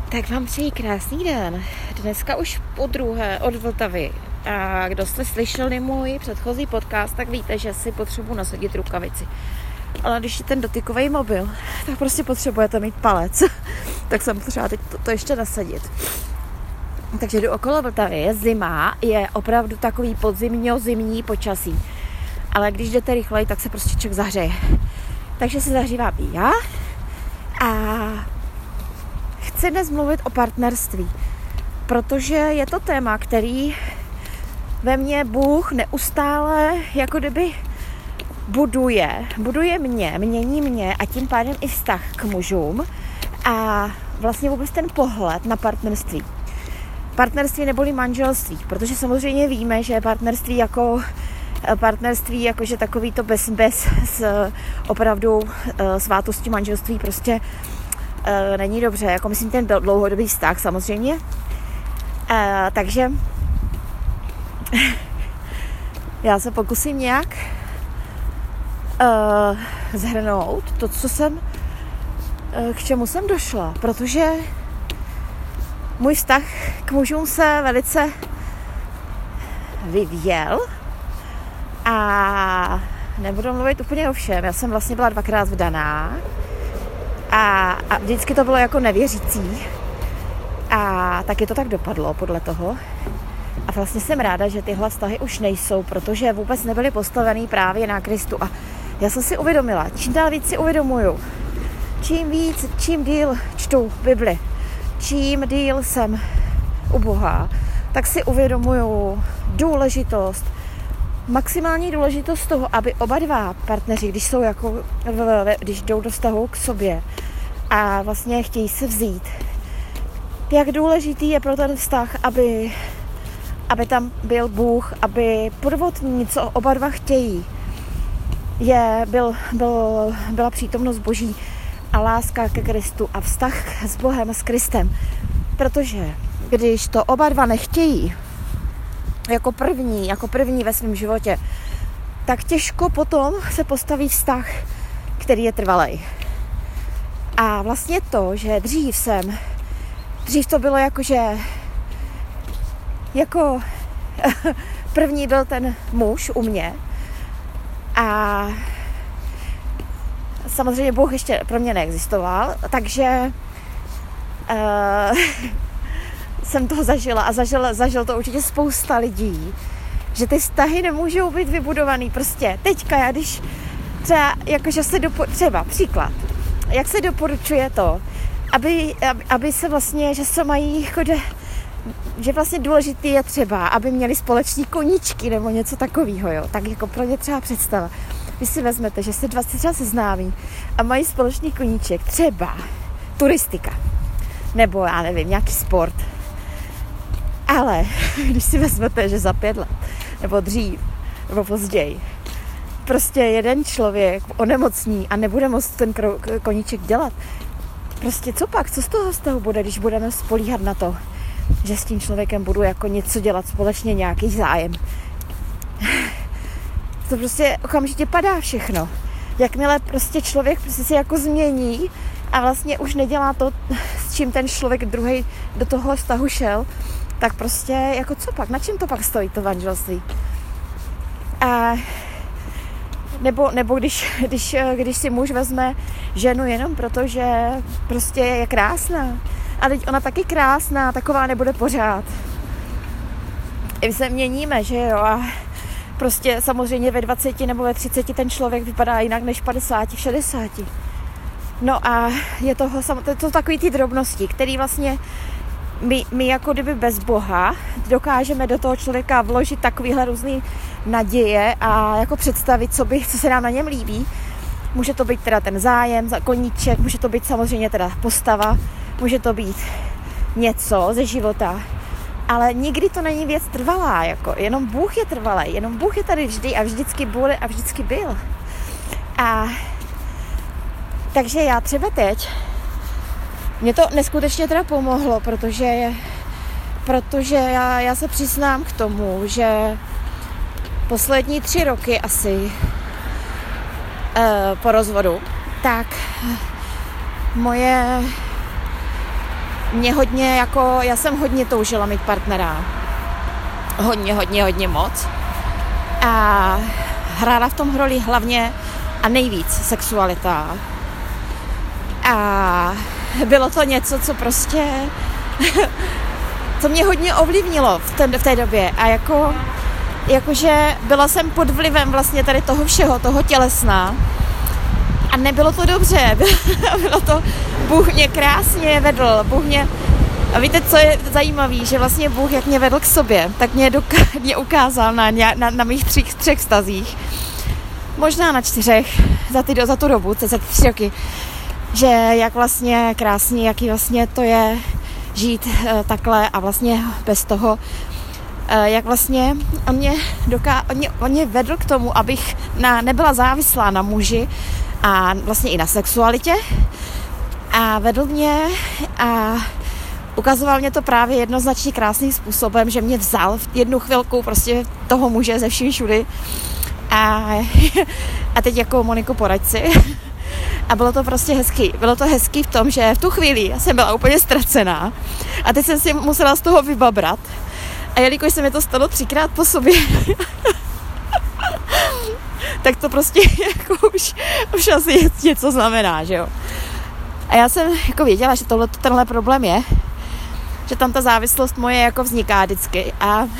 Tak vám přeji krásný den. Dneska už podruhé od Vltavy. A kdo jste slyšeli můj předchozí podcast, tak víte, že si potřebuji nasadit rukavici. Ale když je ten dotykový mobil, tak prostě potřebujete mít palec. Tak jsem potřeba teď to ještě nasadit. Takže jdu okolo Vltavy, je zima, je opravdu takový podzimní počasí. Ale když jdete rychleji, tak se prostě člověk zahřeje. Takže se zahřívám i já. A chci dnes mluvit o partnerství, protože je to téma, který ve mně Bůh neustále jako kdyby buduje mě, mění mě a tím pádem i vztah k mužům a vlastně vůbec ten pohled na partnerství. Partnerství neboli manželství, protože samozřejmě víme, že partnerství jakože takový to bez opravdu svátostí manželství prostě není dobře, jako myslím ten dlouhodobý vztah samozřejmě. Takže já se pokusím nějak shrnout to, k čemu jsem došla, protože můj vztah k mužům se velice vyvíjel a nebudu mluvit úplně o všem. Já jsem vlastně byla 2krát vdaná a vždycky to bylo jako nevěřící a taky to tak dopadlo podle toho. A vlastně jsem ráda, že tyhle vztahy už nejsou, protože vůbec nebyly postavený právě na Kristu. A já jsem si uvědomila, čím dál víc si uvědomuju, čím díl čtu Bibli, čím díl jsem u Boha, tak si uvědomuju maximální důležitost toho, aby oba dva partneři, když jdou do vztahu k sobě a vlastně chtějí se vzít, jak důležitý je pro ten vztah, aby tam byl Bůh, aby prvotní, co oba dva chtějí, byla přítomnost Boží a láska ke Kristu a vztah s Bohem, s Kristem. Protože když to oba dva nechtějí, jako první ve svém životě, tak těžko potom se postaví vztah, který je trvalej. A vlastně to, že dřív to bylo jako první byl ten muž u mě a samozřejmě Bůh ještě pro mě neexistoval, takže jsem toho zažila a zažil to určitě spousta lidí, že ty vztahy nemůžou být vybudovaný. Prostě teďka, já když třeba příklad, jak se doporučuje to, aby se vlastně, že se mají že vlastně důležitý je třeba, aby měli společní koníčky nebo něco takového, jo. Tak jako pro ně třeba představa. Vy si vezmete, že se 20 třeba seznámí a mají společný koníček, třeba turistika, nebo já nevím, nějaký sport. Ale když si vezmete, že za 5 let, nebo dřív, nebo později, prostě jeden člověk onemocní a nebude moct ten koníček dělat, prostě co pak? Co z toho vztahu bude, když budeme spolíhat na to, že s tím člověkem budu jako něco dělat společně, nějaký zájem? To prostě okamžitě padá všechno. Jakmile prostě člověk prostě se jako změní a vlastně už nedělá to, s čím ten člověk druhý do toho vztahu šel, tak prostě jako co pak? Na čem to pak stojí, to manželství? A nebo když si muž vezme ženu jenom proto, že prostě je krásná. A teď ona taky krásná, taková nebude pořád. I se měníme, že jo? A prostě samozřejmě ve 20 nebo ve 30 ten člověk vypadá jinak než 50, 60. No a je to takový ty drobnosti, který vlastně my jako kdyby bez Boha dokážeme do toho člověka vložit takovýhle různý naděje a jako představit, co se nám na něm líbí. Může to být teda ten zájem, koníček, může to být samozřejmě teda postava, může to být něco ze života, ale nikdy to není věc trvalá, jako jenom Bůh je trvalý, jenom Bůh je tady vždy a vždycky bude a vždycky byl. A takže já třeba teď, mě to neskutečně teda pomohlo, protože já se přiznám k tomu, že poslední 3 roky asi po rozvodu, tak moje já jsem hodně toužila mít partnera. Hodně moc. A hrála v tom roli hlavně a nejvíc sexualita. A bylo to něco, co prostě to mě hodně ovlivnilo v té době. A jakože byla jsem pod vlivem vlastně tady toho všeho, toho tělesna. A nebylo to dobře. Bylo to, Bůh mě krásně vedl. A víte, co je zajímavé, že vlastně Bůh, jak mě vedl k sobě, tak mě ukázal na mých třech vztazích, možná na 4, za tu dobu, za 3 roky, že jak vlastně krásný, jaký vlastně to je žít takhle a vlastně bez toho, jak vlastně on mě vedl k tomu, abych nebyla závislá na muži a vlastně i na sexualitě, a vedl mě a ukazoval mě to právě jednoznačně krásným způsobem, že mě vzal v jednu chvilku prostě toho muže ze vším všudy a teď jako Moniku poraď si. A bylo to prostě hezký. Bylo to hezký v tom, že v tu chvíli já jsem byla úplně ztracená a teď jsem si musela z toho vybabrat. A jelikož se mi to stalo 3krát po sobě, tak to prostě jako už asi něco znamená, že jo. A já jsem jako věděla, že tenhle problém je, že tam ta závislost moje jako vzniká vždycky.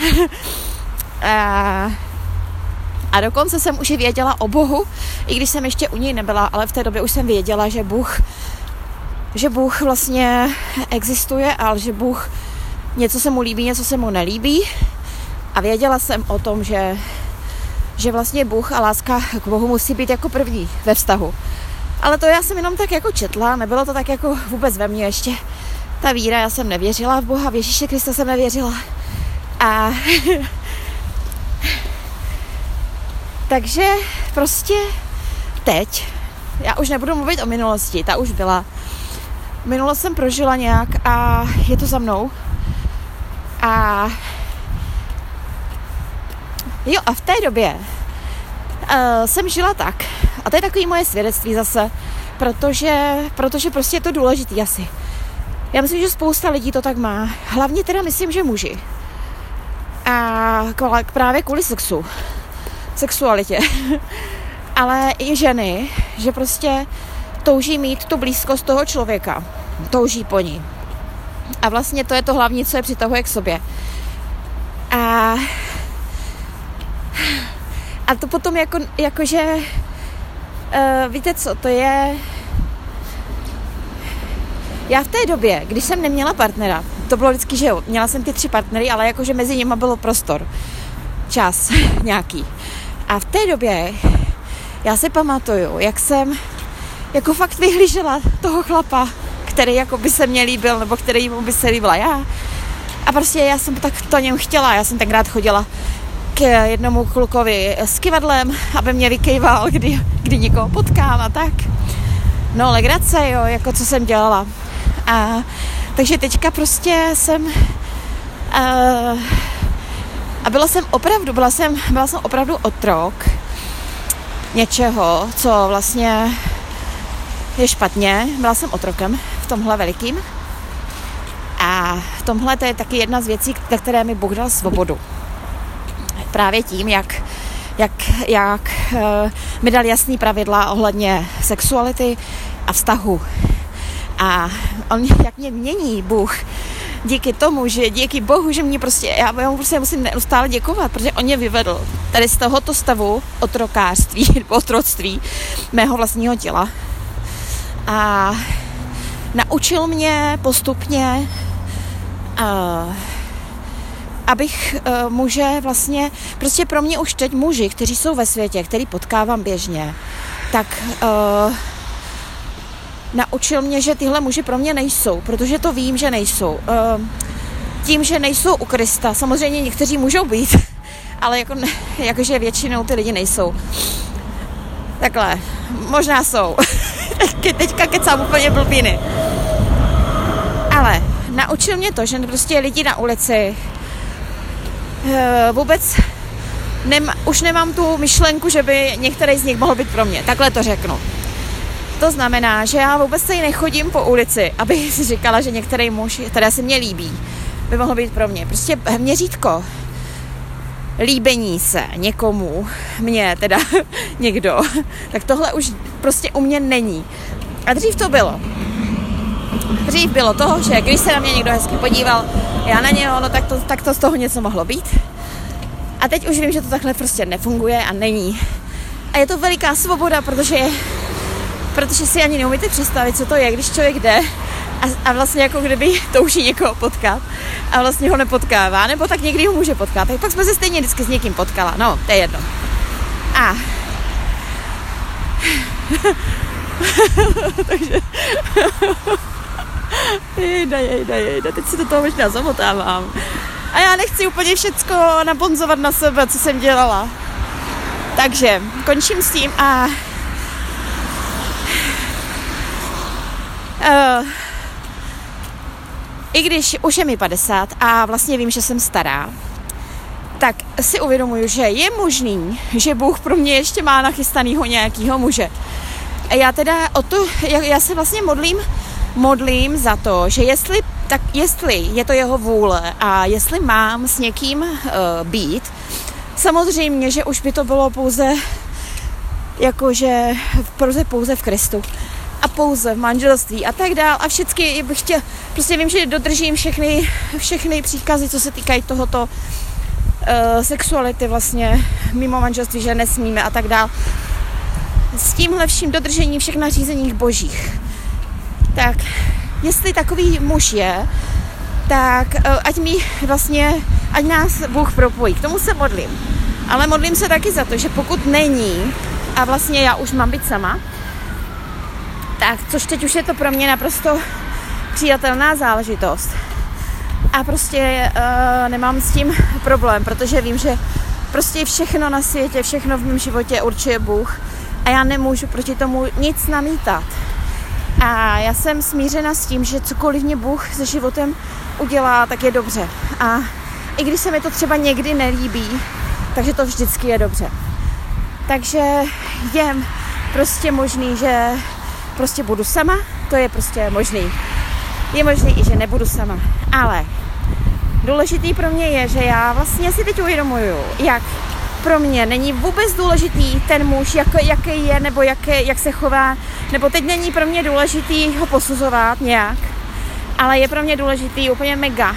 A dokonce jsem už i věděla o Bohu, i když jsem ještě u něj nebyla, ale v té době už jsem věděla, že Bůh vlastně existuje, ale že Bůh něco se mu líbí, něco se mu nelíbí. A věděla jsem o tom, že vlastně Bůh a láska k Bohu musí být jako první ve vztahu. Ale to já jsem jenom tak jako četla, nebylo to tak jako vůbec ve mně ještě. Ta víra, já jsem nevěřila v Boha, v Ježíše Krista jsem nevěřila. A takže prostě teď, já už nebudu mluvit o minulosti, ta už byla. Minulost jsem prožila nějak a je to za mnou. A v té době jsem žila tak. A to je takový moje svědectví zase, protože prostě je to důležitý asi. Já myslím, že spousta lidí to tak má. Hlavně teda myslím, že muži. A právě kvůli sexualitě. Ale i ženy, že prostě touží mít tu blízkost toho člověka. Touží po ní. A vlastně to je to hlavní, co je přitahuje k sobě. A to potom jakože víte co, to je. Já v té době, když jsem neměla partnera, to bylo vždycky, že jo, měla jsem ty 3 partnery, ale jakože mezi nimi bylo prostor, čas nějaký. A v té době já si pamatuju, jak jsem jako fakt vyhlížela toho chlapa, který jako by se mě líbil, nebo který by se líbila já. A prostě já jsem tak to něm chtěla, já jsem tenkrát chodila k jednomu klukovi s kyvadlem, aby mě vykejval, kdy někoho potkám a tak. No, legrace, jo, jako co jsem dělala. Takže teďka prostě jsem a byla jsem opravdu otrok něčeho, co vlastně je špatně. Byla jsem otrokem v tomhle velikým. A v tomhle to je taky jedna z věcí, na které mi Bůh dal svobodu. Právě tím, jak mi dal jasný pravidla ohledně sexuality a vztahu. A on jak mě mění Bůh díky tomu, že díky Bohu, že mě prostě, já mu prostě musím neustále děkovat, protože on mě vyvedl tady z tohoto stavu otrokářství, otroctví mého vlastního těla. A naučil mě postupně, abych muže vlastně, prostě pro mě už teď muži, kteří jsou ve světě, který potkávám běžně, tak naučil mě, že tyhle muži pro mě nejsou, protože to vím, že nejsou. Tím, že nejsou u Krista, samozřejmě někteří můžou být, ale jakože většinou ty lidi nejsou. Takhle, možná jsou. Teďka kecám úplně blbiny. Ale naučil mě to, že prostě lidi na ulici vůbec už nemám tu myšlenku, že by některý z nich mohl být pro mě. Takhle to řeknu. To znamená, že já vůbec se nechodím po ulici, abych si říkala, že některý muž, který se mně líbí, by mohl být pro mě. Prostě měřítko líbení se někomu, mně teda někdo, tak tohle už prostě u mě není. A dřív to bylo. Dřív bylo to, že když se na mě někdo hezky podíval, já na něho, no tak to z toho něco mohlo být. A teď už vím, že to takhle prostě nefunguje a není. A je to veliká svoboda, protože si ani neumíte představit, co to je, když člověk jde a vlastně jako kdyby touží někoho potkat a vlastně ho nepotkává, nebo tak někdy ho může potkat. Tak pak jsme se stejně vždycky s někým potkala. No, to je jedno. A takže jejda, teď si do toho možná zamotávám. A já nechci úplně všecko nabonzovat na sebe, co jsem dělala. Takže končím s tím a i když už je mi 50 a vlastně vím, že jsem stará, tak si uvědomuju, že je možný, že Bůh pro mě ještě má nachystanýho nějakýho muže. Já teda já se vlastně modlím za to, že jestli je to jeho vůle a jestli mám s někým být, samozřejmě, že už by to bylo pouze pouze v Kristu a pouze v manželství a tak dál a všichni bych chtěl, prostě vím, že dodržím všechny příkazy, co se týkají tohoto sexuality vlastně mimo manželství, že nesmíme a tak dál. S tímhle vším dodržením všech nařízení božích. Tak, jestli takový muž je, tak ať nás Bůh propojí. K tomu se modlím. Ale modlím se taky za to, že pokud není, a vlastně já už mám být sama, tak, což teď už je to pro mě naprosto přijatelná záležitost. A prostě nemám s tím problém, protože vím, že prostě všechno na světě, všechno v mém životě určuje Bůh a já nemůžu proti tomu nic namítat. A já jsem smířena s tím, že cokoliv mě Bůh se životem udělá, tak je dobře. A i když se mi to třeba někdy nelíbí, takže to vždycky je dobře. Takže je prostě možný, že prostě budu sama, to je prostě možný. Je možný i, že nebudu sama. Ale důležitý pro mě je, že já vlastně si teď uvědomuju, jak pro mě není vůbec důležitý ten muž, jaký je, nebo jak se chová, nebo teď není pro mě důležitý ho posuzovat nějak, ale je pro mě důležitý úplně mega,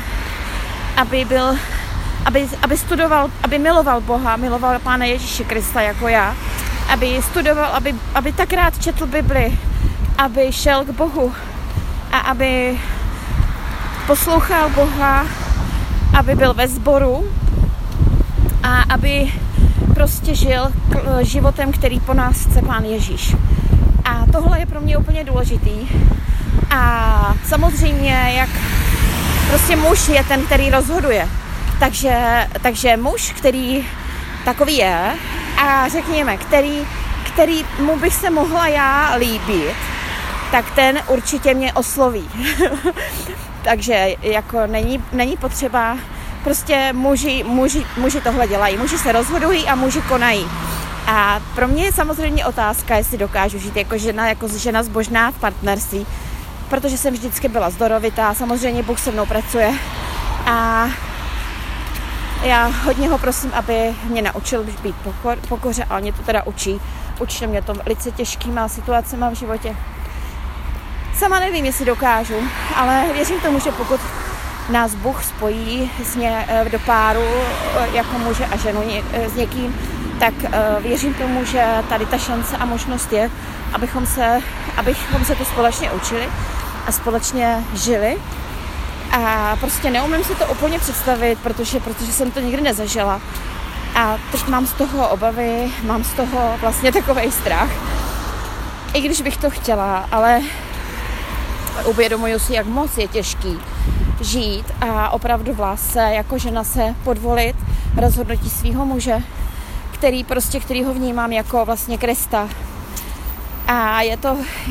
aby studoval, aby miloval Boha, miloval Pána Ježíše Krista jako já, aby studoval, aby tak rád četl Bibli, aby šel k Bohu a aby poslouchal Boha, aby byl ve sboru a aby prostě žil životem, který po nás chce Pán Ježíš. A tohle je pro mě úplně důležitý. A samozřejmě, jak prostě muž je ten, který rozhoduje. Takže muž, který takový je a řekněme, který mu bych se mohla já líbit, tak ten určitě mě osloví. Takže jako není potřeba, prostě muži tohle dělají, muži se rozhodují a muži konají. A pro mě je samozřejmě otázka, jestli dokážu žít jako žena zbožná v partnerství, protože jsem vždycky byla zdorovitá, samozřejmě Bůh se mnou pracuje a já hodně ho prosím, aby mě naučil být pokoře a mě to teda učí. Učí mě to velice těžkýma situacema v životě. Sama nevím, jestli dokážu, ale věřím tomu, že pokud nás Bůh spojí do páru jako muže a ženu s někým, tak věřím tomu, že tady ta šance a možnost je, abychom se to společně učili a společně žili. A prostě neumím si to úplně představit, protože jsem to nikdy nezažila. A teď mám z toho obavy, mám z toho vlastně takovej strach. I když bych to chtěla, ale uvědomuju si, jak moc je těžký žít a opravdu v lásce jako žena se podvolit rozhodnutí svého muže, který ho vnímám jako vlastně Krista. A je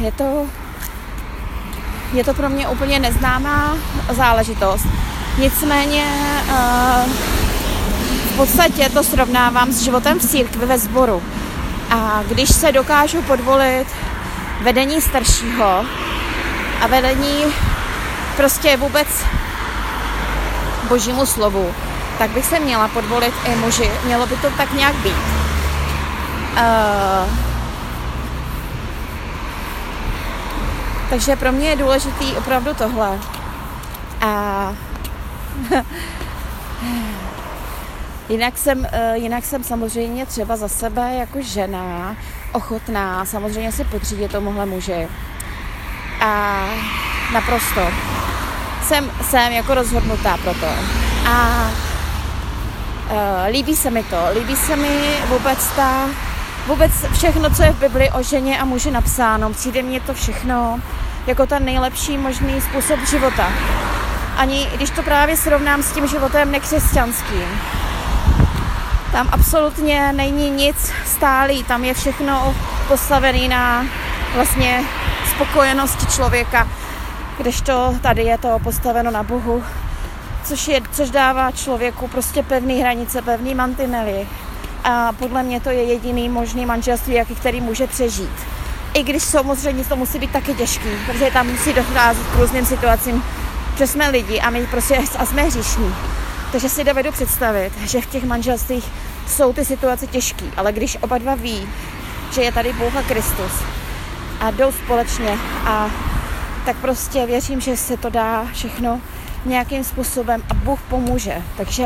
to pro mě úplně neznámá záležitost. Nicméně v podstatě to srovnávám s životem v církvi ve sboru. A když se dokážu podvolit vedení staršího a vedení prostě vůbec božímu slovu, tak bych se měla podvolit i muži. Mělo by to tak nějak být. Takže pro mě je důležitý opravdu tohle. A jinak jsem samozřejmě třeba za sebe jako žena ochotná samozřejmě se podřídit tomuhle muži. A naprosto jsem jako rozhodnutá pro to. A líbí se mi to. Líbí se mi vůbec všechno, co je v Bibli o ženě a muži napsáno. Přijde mně to všechno jako ten nejlepší možný způsob života. Ani když to právě srovnám s tím životem nekřesťanským. Tam absolutně není nic stálý, tam je všechno postavené na vlastně spokojenosti člověka, kdežto tady je to postaveno na Bohu, což dává člověku prostě pevný hranice, pevný mantinely. A podle mě to je jediný možný manželství, který může přežít. I když samozřejmě to musí být taky těžký, protože tam musí docházet k různým situacím, že jsme lidi a my prostě jsme hříšní. Takže si dovedu představit, že v těch manželstvích jsou ty situace těžké, ale když oba dva ví, že je tady Bůh a Kristus a jdou společně, a tak prostě věřím, že se to dá všechno nějakým způsobem a Bůh pomůže. Takže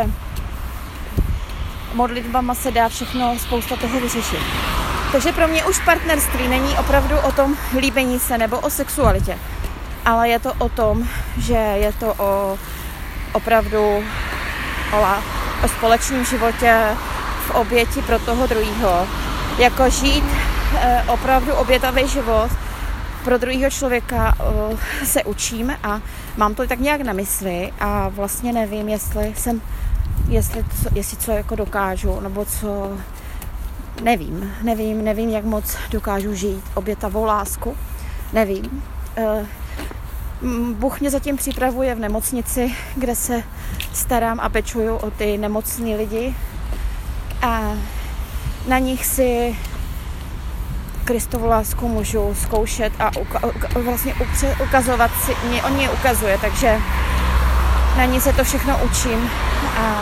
modlitbama se dá všechno, spousta toho vyřešit. Takže pro mě už partnerství není opravdu o tom líbení se nebo o sexualitě, ale je to o tom, že je to opravdu o společném životě v oběti pro toho druhýho. Jako žít opravdu obětavý život pro druhýho člověka se učím a mám to tak nějak na mysli a vlastně nevím, jestli co jako dokážu, nebo co nevím, jak moc dokážu žít obětavou lásku, nevím. Bůh mě zatím připravuje v nemocnici, kde se starám a pečuju o ty nemocní lidi a na nich si Kristovu lásku můžu zkoušet a vlastně ukazovat si, on mě ukazuje, takže na ní se to všechno učím a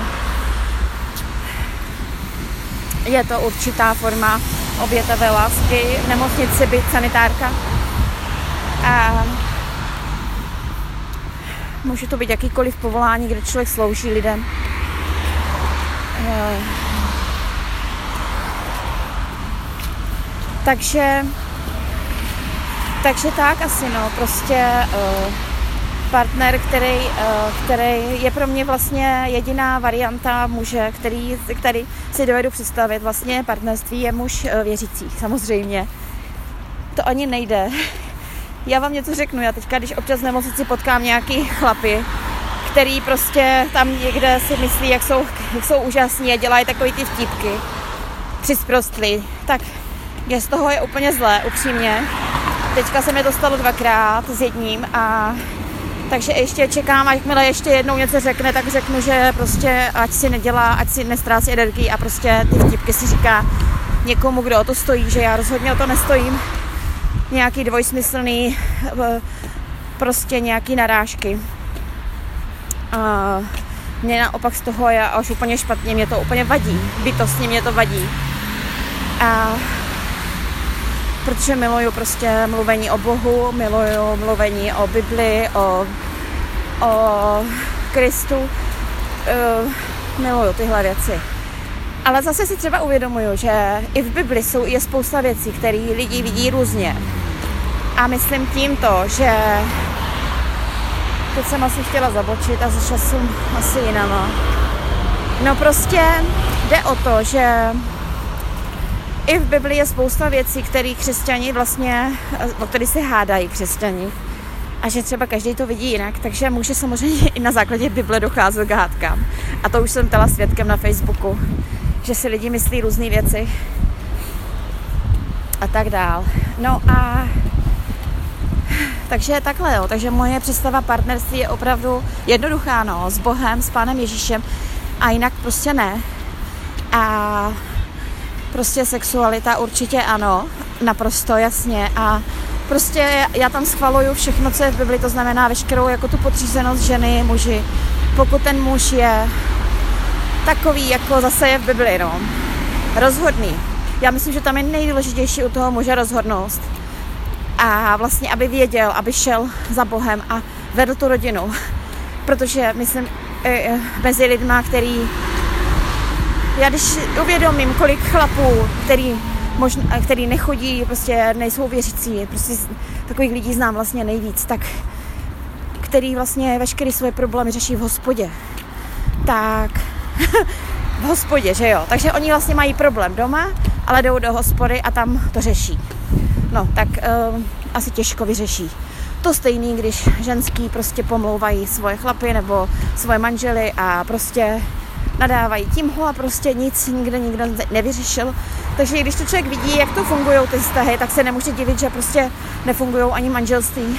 je to určitá forma obětavé lásky, v nemocnici být sanitárka a může to být jakýkoliv povolání, kde člověk slouží lidem. Takže tak asi, prostě partner, který je pro mě vlastně jediná varianta muže, který si dovedu představit. Vlastně partnerství je muž věřící, samozřejmě. To ani nejde. Já vám něco řeknu, já teďka, když občas v nemocnici potkám nějaký chlapy, který prostě tam někde si myslí, jak jsou úžasní a dělají takový ty vtípky přisprostlí, tak z toho je úplně zlé, upřímně. Teďka se mi to stalo 2krát s jedním a takže ještě čekám, a jakmile ještě jednou něco řekne, tak řeknu, že prostě ať si nedělá, ať si nestrácí energii a prostě ty vtipky si říká někomu, kdo o to stojí, že já rozhodně o to nestojím. Nějaký dvojsmyslný, prostě nějaký narážky. Mě naopak z toho je až úplně špatně, mě to úplně vadí, bytostně mě to vadí. Protože miluju prostě mluvení o Bohu, miluju mluvení o Bibli, o Kristu, miluju tyhle věci. Ale zase si třeba uvědomuju, že i v Bibli je spousta věcí, které lidi vidí různě. A myslím tímto, že teď jsem asi chtěla zabočit a začala jsem asi jinama. No prostě jde o to, že i v Bibli je spousta věcí, které křesťani vlastně, o které se hádají křesťani. A že třeba každý to vidí jinak, takže může samozřejmě i na základě Bible docházet k hádkám. A to už jsem byla svědkem na Facebooku, že si lidi myslí různé věci a tak dál. No a takže takhle, jo. Takže moje představa partnerství je opravdu jednoduchá, s Bohem, s Pánem Ježíšem a jinak prostě ne. A prostě sexualita určitě ano, naprosto jasně a Prostě já tam schvaluju všechno, co je v Bibli, to znamená veškerou jako tu podřízenost ženy, muži. Pokud ten muž je takový, jako zase je v Bibli, no, rozhodný. Já myslím, že tam je nejdůležitější u toho muže rozhodnost. A vlastně, aby věděl, aby šel za Bohem a vedl tu rodinu. Protože myslím, mezi lidma, já když uvědomím, kolik chlapů, který nechodí, prostě nejsou věřící, prostě takových lidí znám vlastně nejvíc, tak který vlastně veškeré svoje problémy řeší v hospodě. Tak v hospodě, že jo? Takže oni vlastně mají problém doma, ale jdou do hospody a tam to řeší. No, tak asi těžko vyřeší. To stejný, když ženský prostě pomlouvají svoje chlapy nebo svoje manžely a prostě nadávají tímho a prostě nic nikdo nevyřešil. Takže když to člověk vidí, jak to fungují ty vztahy, tak se nemůže divit, že prostě nefungují ani manželství.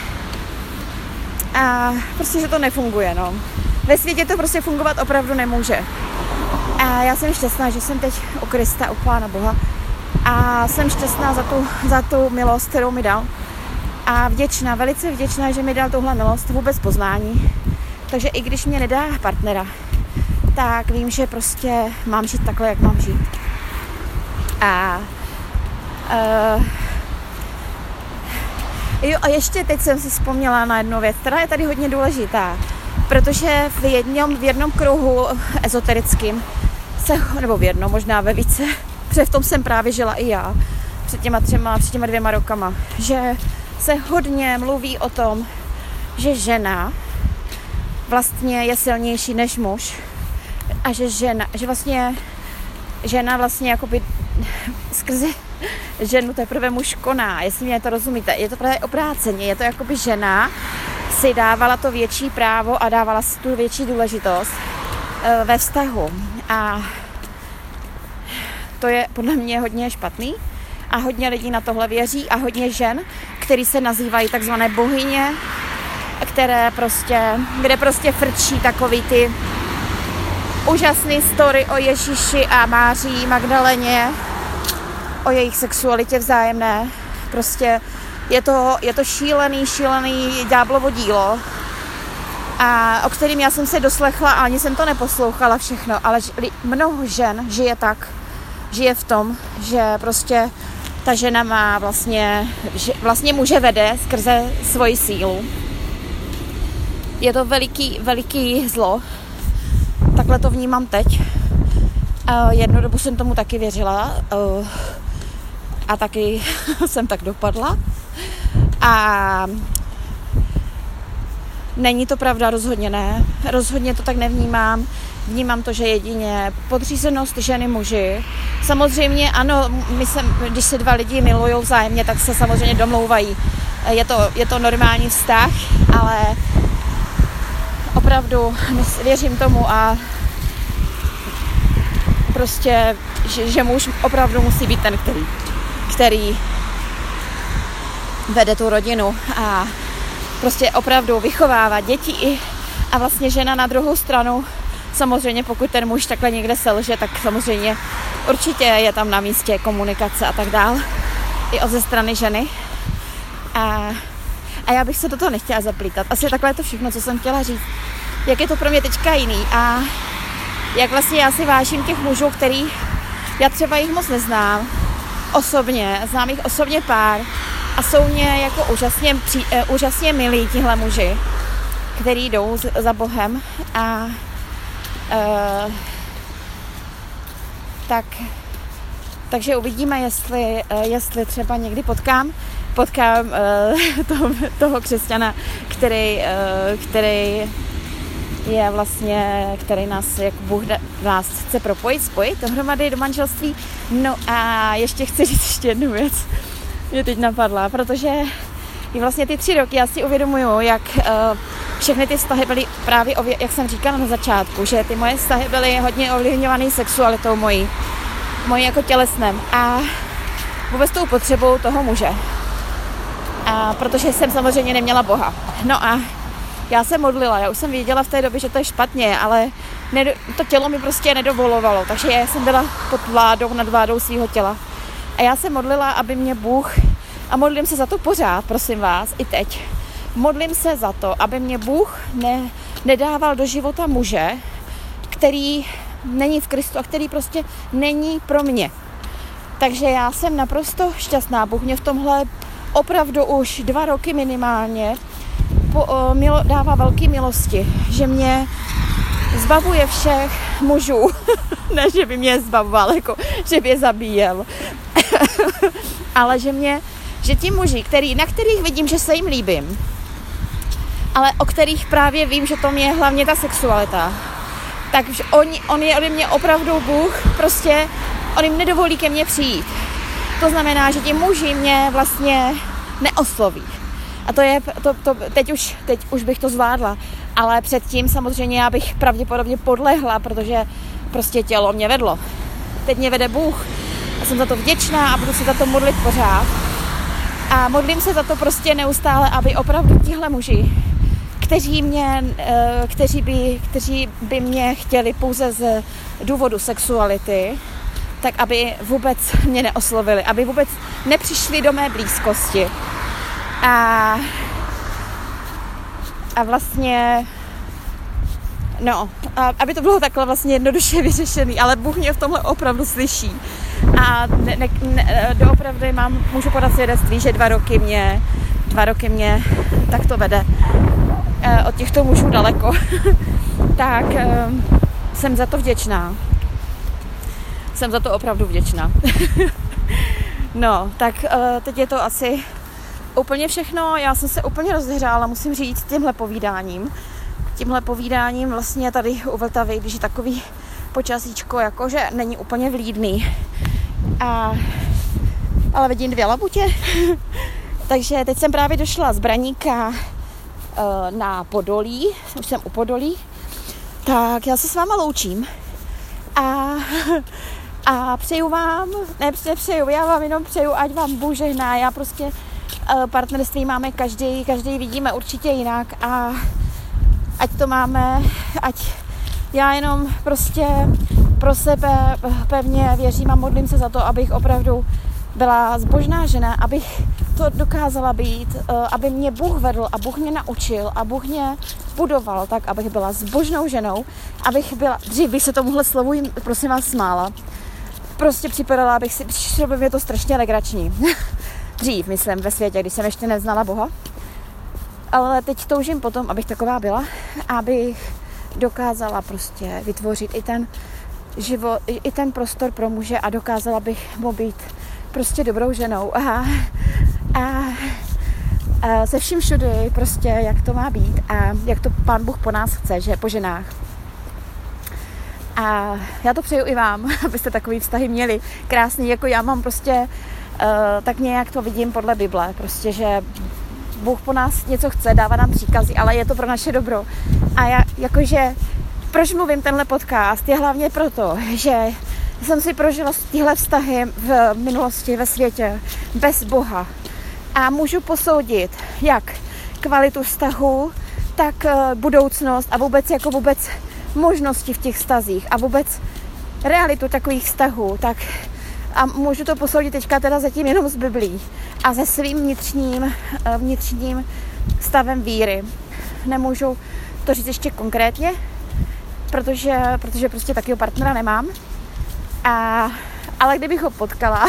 A prostě, že to nefunguje, no. Ve světě to prostě fungovat opravdu nemůže. A já jsem šťastná, že jsem teď u Krista, u Pána Boha. A jsem šťastná za tu milost, kterou mi dal. A vděčná, velice vděčná, že mi dal tuhle milost, vůbec poznání. Takže i když mě nedá partnera, tak vím, že prostě mám žít takhle, jak mám žít. A ještě teď jsem si vzpomněla na jednu věc, která je tady hodně důležitá, protože v jednom kruhu ezoterickým nebo v jednom, možná ve více, protože v tom jsem právě žila i já před těma 2 rokama, že se hodně mluví o tom, že žena vlastně je silnější než muž a že žena vlastně jakoby skrze ženu teprve muž koná, jestli mě to rozumíte. Je to právě obráceně, je to jakoby žena si dávala to větší právo a dávala si tu větší důležitost ve vztahu. A to je podle mě hodně špatný a hodně lidí na tohle věří a hodně žen, který se nazývají takzvané bohyně, kde prostě frčí takový ty úžasný story o Ježíši a Máří Magdaleně, o jejich sexualitě vzájemné. Prostě je to šílený ďáblovo dílo, a o kterým já jsem se doslechla a ani jsem to neposlouchala všechno, ale mnoho žen žije v tom, že prostě ta žena má vlastně muže vede skrze svoji sílu. Je to veliký zlo. Takhle to vnímám teď. Jednu dobu jsem tomu taky věřila a taky jsem tak dopadla. A není to pravda, rozhodně ne. Rozhodně to tak nevnímám. Vnímám to, že jedině podřízenost ženy muži. Samozřejmě ano, když se 2 lidi milují vzájemně, tak se samozřejmě domlouvají. Je to normální vztah, ale opravdu věřím tomu a prostě, že muž opravdu musí být ten, který vede tu rodinu a prostě opravdu vychovává děti a vlastně žena na druhou stranu. Samozřejmě pokud ten muž takhle někde selže, tak samozřejmě určitě je tam na místě komunikace a tak dál. I ze strany ženy. A já bych se do toho nechtěla zaplítat. Asi takhle je to všechno, co jsem chtěla říct. Jak je to pro mě teďka jiný a jak vlastně já si vážím těch mužů, který já třeba jich moc neznám osobně, znám jich osobně pár a jsou mě jako úžasně milí tihle muži, který jdou za Bohem takže uvidíme, jestli třeba někdy potkám toho křesťana, který je vlastně, který nás, jak Bůh nás chce spojit dohromady do manželství. No a ještě chci říct ještě jednu věc, mě teď napadla, protože vlastně ty 3 roky já si uvědomuju, jak všechny ty vztahy byly právě, jak jsem říkala na začátku, že ty moje vztahy byly hodně ovlivňované sexualitou mojí jako tělesnem a vůbec tou potřebou toho muže. A protože jsem samozřejmě neměla Boha. No a já jsem modlila, já už jsem věděla v té době, že to je špatně, ale to tělo mi prostě nedovolovalo, takže já jsem byla nad vládou svého těla. A já jsem modlila, aby mě Bůh, A modlím se za to pořád, prosím vás, i teď. Modlím se za to, aby mě Bůh nedával do života muže, který není v Kristu a který prostě není pro mě. Takže já jsem naprosto šťastná. Bůh mě v tomhle opravdu už 2 roky minimálně dává velké milosti, že mě zbavuje všech mužů. Ne, že by mě zbavoval, jako, že by je zabíjel. Ale že ti muži, na kterých vidím, že se jim líbím, ale o kterých právě vím, že to je hlavně ta sexualita, takže on je ode mě opravdu Bůh, prostě on jim nedovolí ke mně přijít. To znamená, že ti muži mě vlastně neosloví. A teď už bych to zvládla, ale předtím samozřejmě já bych pravděpodobně podlehla, protože prostě tělo mě vedlo. Teď mě vede Bůh a jsem za to vděčná a budu se za to modlit pořád. A modlím se za to prostě neustále, aby opravdu tihle muži, kteří by mě chtěli pouze z důvodu sexuality, tak aby vůbec mě neoslovili, aby vůbec nepřišli do mé blízkosti. A vlastně, aby to bylo takhle vlastně jednoduše vyřešený, ale Bůh mě v tomhle opravdu slyší. A doopravdy můžu podat svědectví, že 2 roky mě tak to vede od těchto mužů daleko. Tak jsem za to vděčná. Jsem za to opravdu vděčná. Tak teď je to asi úplně všechno. Já jsem se úplně rozehřála, musím říct, tímhle povídáním vlastně tady u Vltavy, když je takový počasíčko, jakože není úplně vlídný. Ale vidím 2 labutě. Takže teď jsem právě došla z Braníka na Podolí. Už jsem u Podolí. Tak já se s váma loučím. A přeju vám, já vám jenom přeju, ať vám Bůh žehná. Já prostě partnerství máme každý vidíme určitě jinak a ať já jenom prostě pro sebe pevně věřím a modlím se za to, abych opravdu byla zbožná žena, abych to dokázala být, aby mě Bůh vedl a Bůh mě naučil a Bůh mě budoval tak, abych byla zbožnou ženou, abych byla, dřív bych se tomuhle slovu prosím vás smála, prostě připadala, přišlo by mě to strašně legrační. Dřív, myslím, ve světě, když jsem ještě neznala Boha. Ale teď toužím potom, abych taková byla, abych dokázala prostě vytvořit i ten život, i ten prostor pro muže a dokázala bych mu být prostě dobrou ženou a se vším všudy prostě, jak to má být a jak to Pán Bůh po nás chce, že po ženách. A já to přeju i vám, abyste takový vztahy měli krásný, jako já mám prostě, tak nějak to vidím podle Bible, prostě, že Bůh po nás něco chce, dává nám příkazy, ale je to pro naše dobro. A já, jakože, proč mluvím tenhle podcast, je hlavně proto, že jsem si prožila tyhle vztahy v minulosti ve světě bez Boha. A můžu posoudit, jak kvalitu vztahu, tak budoucnost a vůbec možnosti v těch vztazích a vůbec realitu takových vztahů. Tak a můžu to posoudit teďka teda zatím jenom z Biblí a se svým vnitřním stavem víry. Nemůžu to říct ještě konkrétně, protože prostě takového partnera nemám. Ale kdybych ho potkala,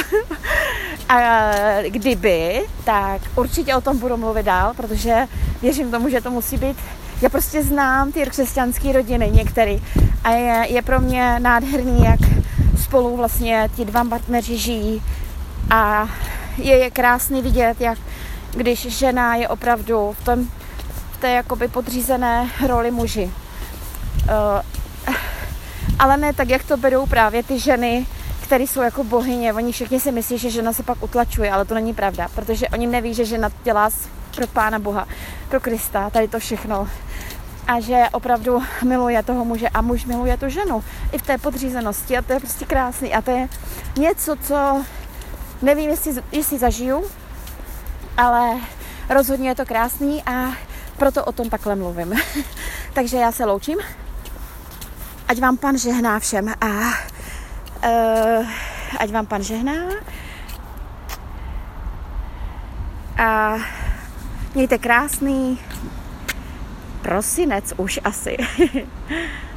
tak určitě o tom budu mluvit dál, protože věřím tomu, že to musí být. Já prostě znám ty křesťanské rodiny některé a je pro mě nádherný, jak spolu vlastně ti 2 partneři žijí a je krásný vidět, jak když žena je opravdu v té jakoby podřízené roli muži. Ale ne tak, jak to berou právě ty ženy, které jsou jako bohyně. Oni všichni si myslí, že žena se pak utlačuje, ale to není pravda, protože oni neví, že žena dělá pro Pána Boha, pro Krista, tady to všechno. A že opravdu miluje toho muže a muž miluje tu ženu. I v té podřízenosti a to je prostě krásný. A to je něco, co nevím, jestli zažiju, ale rozhodně je to krásný a proto o tom takhle mluvím. Takže já se loučím. Ať vám Pán žehná všem a ať vám Pán žehná. A mějte krásný prosinec už asi.